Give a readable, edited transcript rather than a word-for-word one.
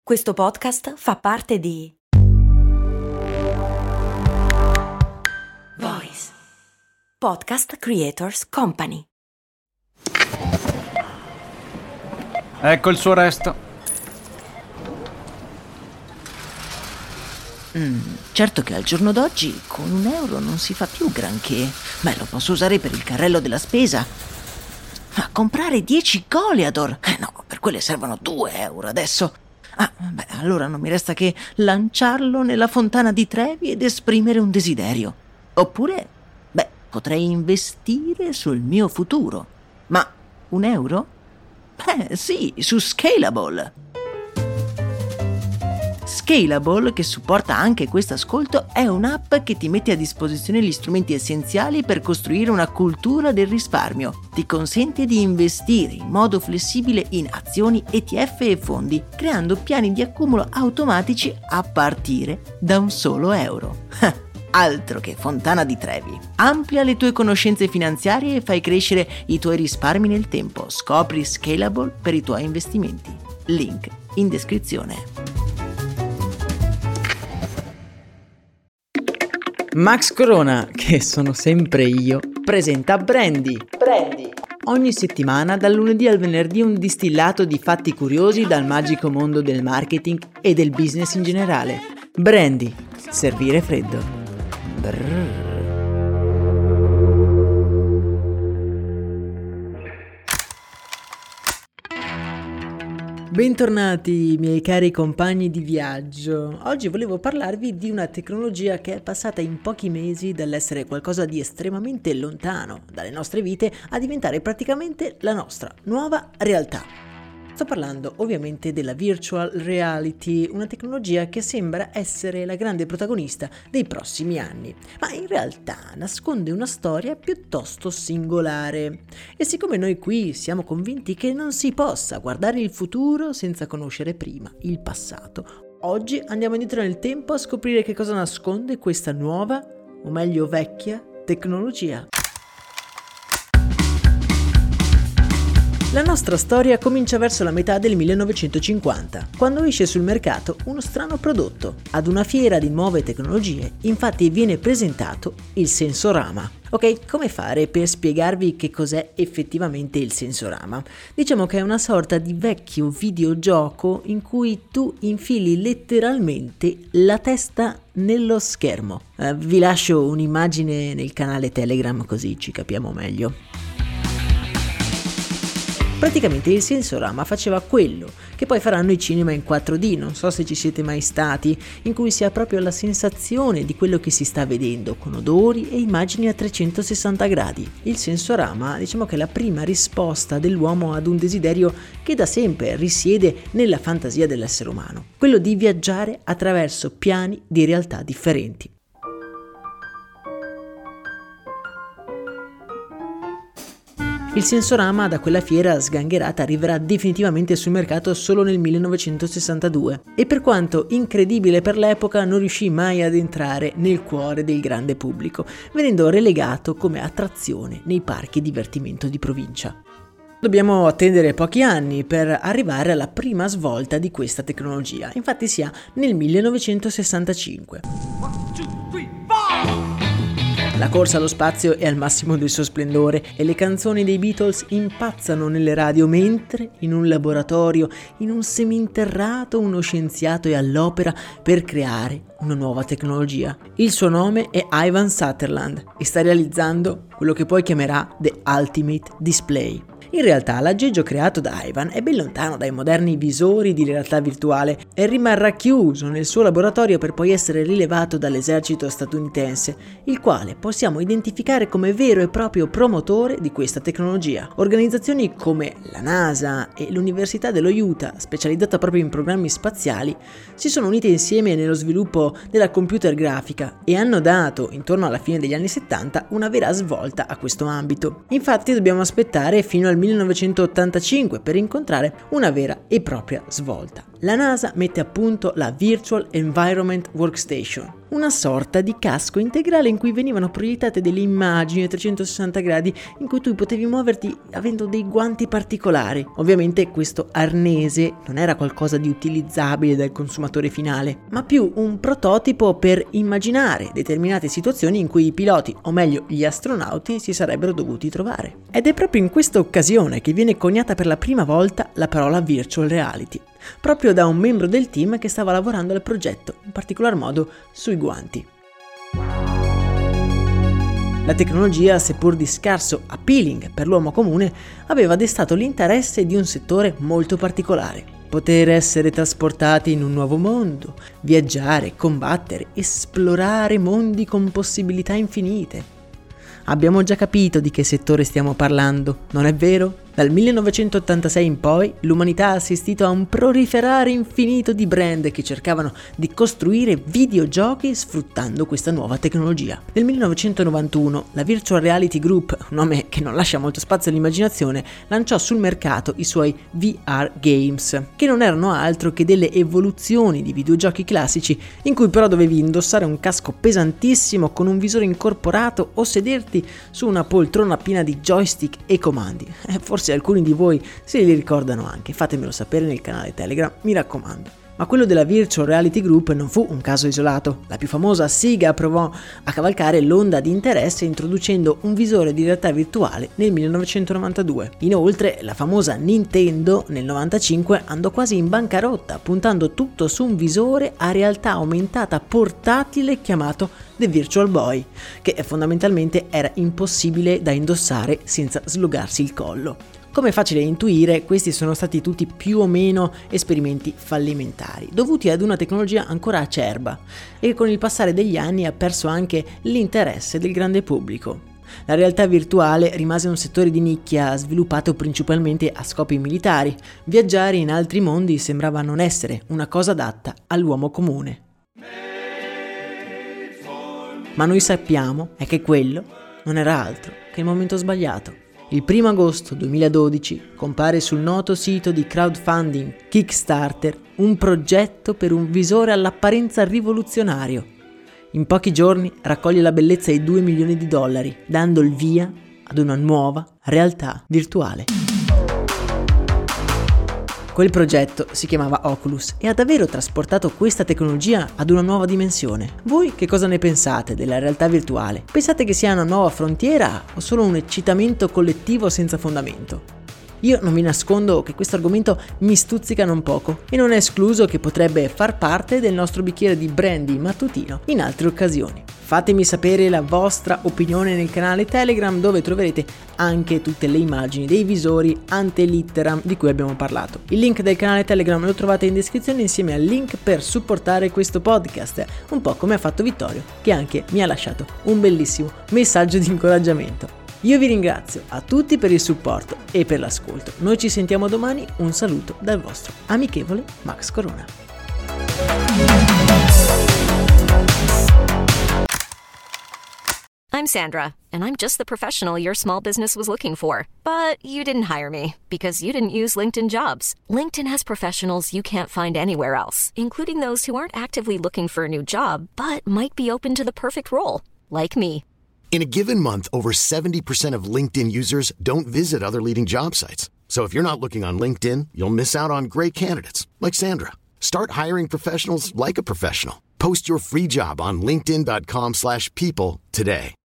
Questo podcast fa parte di Voice Podcast Creators Company. Ecco il suo resto. Certo che al giorno d'oggi con €1 non si fa più granché. Lo posso usare per il carrello della spesa. Ma comprare 10 Goliador? No, per quelle servono €2 adesso. Allora non mi resta che lanciarlo nella fontana di Trevi ed esprimere un desiderio. Oppure, potrei investire sul mio futuro. Ma €1? Sì, su Scalable. Scalable, che supporta anche questo ascolto, è un'app che ti mette a disposizione gli strumenti essenziali per costruire una cultura del risparmio. Ti consente di investire in modo flessibile in azioni, ETF e fondi, creando piani di accumulo automatici a partire da un solo euro. Altro che fontana di Trevi. Amplia le tue conoscenze finanziarie e fai crescere i tuoi risparmi nel tempo. Scopri Scalable per i tuoi investimenti. Link in descrizione. Max Corona, che sono sempre io, presenta Brandy. Ogni settimana, dal lunedì al venerdì, un distillato di fatti curiosi dal magico mondo del marketing e del business in generale. Brandy, servire freddo. Brrr. Bentornati miei cari compagni di viaggio. Oggi volevo parlarvi di una tecnologia che è passata in pochi mesi dall'essere qualcosa di estremamente lontano dalle nostre vite a diventare praticamente la nostra nuova realtà. Sto parlando ovviamente della virtual reality, una tecnologia che sembra essere la grande protagonista dei prossimi anni, ma in realtà nasconde una storia piuttosto singolare. E siccome noi qui siamo convinti che non si possa guardare il futuro senza conoscere prima il passato, oggi andiamo indietro nel tempo a scoprire che cosa nasconde questa nuova, o meglio vecchia, tecnologia. La nostra storia comincia verso la metà del 1950, quando esce sul mercato uno strano prodotto. Ad una fiera di nuove tecnologie, infatti, viene presentato il sensorama. Ok, come fare per spiegarvi che cos'è effettivamente il sensorama? Diciamo che è una sorta di vecchio videogioco in cui tu infili letteralmente la testa nello schermo. Vi lascio un'immagine nel canale Telegram così ci capiamo meglio. Praticamente il sensorama faceva quello che poi faranno i cinema in 4D, non so se ci siete mai stati, in cui si ha proprio la sensazione di quello che si sta vedendo, con odori e immagini a 360 gradi. Il sensorama, diciamo che è la prima risposta dell'uomo ad un desiderio che da sempre risiede nella fantasia dell'essere umano, quello di viaggiare attraverso piani di realtà differenti. Il sensorama da quella fiera sgangherata arriverà definitivamente sul mercato solo nel 1962 e per quanto incredibile per l'epoca non riuscì mai ad entrare nel cuore del grande pubblico, venendo relegato come attrazione nei parchi divertimento di provincia. Dobbiamo attendere pochi anni per arrivare alla prima svolta di questa tecnologia, infatti sia nel 1965. La corsa allo spazio è al massimo del suo splendore e le canzoni dei Beatles impazzano nelle radio mentre, in un laboratorio, in un seminterrato, uno scienziato è all'opera per creare una nuova tecnologia. Il suo nome è Ivan Sutherland e sta realizzando quello che poi chiamerà The Ultimate Display. In realtà l'aggeggio creato da Ivan è ben lontano dai moderni visori di realtà virtuale e rimarrà chiuso nel suo laboratorio per poi essere rilevato dall'esercito statunitense, il quale possiamo identificare come vero e proprio promotore di questa tecnologia. Organizzazioni come la NASA e l'Università dello Utah, specializzata proprio in programmi spaziali, si sono unite insieme nello sviluppo della computer grafica e hanno dato, intorno alla fine degli anni 70, una vera svolta a questo ambito. Infatti dobbiamo aspettare fino al 1985 per incontrare una vera e propria svolta. La NASA mette a punto la Virtual Environment Workstation, una sorta di casco integrale in cui venivano proiettate delle immagini a 360 gradi in cui tu potevi muoverti avendo dei guanti particolari. Ovviamente questo arnese non era qualcosa di utilizzabile dal consumatore finale, ma più un prototipo per immaginare determinate situazioni in cui i piloti, o meglio gli astronauti, si sarebbero dovuti trovare. Ed è proprio in questa occasione che viene coniata per la prima volta la parola virtual reality, proprio da un membro del team che stava lavorando al progetto, in particolar modo sui guanti. La tecnologia, seppur di scarso appealing per l'uomo comune, aveva destato l'interesse di un settore molto particolare: poter essere trasportati in un nuovo mondo, viaggiare, combattere, esplorare mondi con possibilità infinite. Abbiamo già capito di che settore stiamo parlando, non è vero? Dal 1986 in poi l'umanità ha assistito a un proliferare infinito di brand che cercavano di costruire videogiochi sfruttando questa nuova tecnologia. Nel 1991 la Virtual Reality Group, un nome che non lascia molto spazio all'immaginazione, lanciò sul mercato i suoi VR Games, che non erano altro che delle evoluzioni di videogiochi classici in cui però dovevi indossare un casco pesantissimo con un visore incorporato o sederti su una poltrona piena di joystick e comandi. Forse alcuni di voi se li ricordano anche, fatemelo sapere nel canale Telegram, mi raccomando. Ma quello della Virtual Reality Group non fu un caso isolato. La più famosa Sega provò a cavalcare l'onda di interesse introducendo un visore di realtà virtuale nel 1992. Inoltre la famosa Nintendo nel 95 andò quasi in bancarotta, puntando tutto su un visore a realtà aumentata portatile chiamato The Virtual Boy, che fondamentalmente era impossibile da indossare senza slogarsi il collo. Come è facile intuire, questi sono stati tutti più o meno esperimenti fallimentari, dovuti ad una tecnologia ancora acerba e che con il passare degli anni ha perso anche l'interesse del grande pubblico. La realtà virtuale rimase un settore di nicchia sviluppato principalmente a scopi militari. Viaggiare in altri mondi sembrava non essere una cosa adatta all'uomo comune. Ma noi sappiamo è che quello non era altro che il momento sbagliato. Il 1 agosto 2012 compare sul noto sito di crowdfunding Kickstarter un progetto per un visore all'apparenza rivoluzionario. In pochi giorni raccoglie la bellezza di $2 milioni, dando il via ad una nuova realtà virtuale. Quel progetto si chiamava Oculus e ha davvero trasportato questa tecnologia ad una nuova dimensione. Voi che cosa ne pensate della realtà virtuale? Pensate che sia una nuova frontiera o solo un eccitamento collettivo senza fondamento? Io non vi nascondo che questo argomento mi stuzzica non poco e non è escluso che potrebbe far parte del nostro bicchiere di brandy mattutino in altre occasioni. Fatemi sapere la vostra opinione nel canale Telegram, dove troverete anche tutte le immagini dei visori ante litteram di cui abbiamo parlato. Il link del canale Telegram lo trovate in descrizione insieme al link per supportare questo podcast, un po' come ha fatto Vittorio, che anche mi ha lasciato un bellissimo messaggio di incoraggiamento. Io vi ringrazio a tutti per il supporto e per l'ascolto. Noi ci sentiamo domani, un saluto dal vostro amichevole Max Corona. I'm Sandra, and I'm just the professional your small business was looking for. But you didn't hire me because you didn't use LinkedIn Jobs. LinkedIn has professionals you can't find anywhere else, including those who aren't actively looking for a new job, but might be open to the perfect role, like me. In a given month, over 70% of LinkedIn users don't visit other leading job sites. So if you're not looking on LinkedIn, you'll miss out on great candidates like Sandra. Start hiring professionals like a professional. Post your free job on linkedin.com/people today.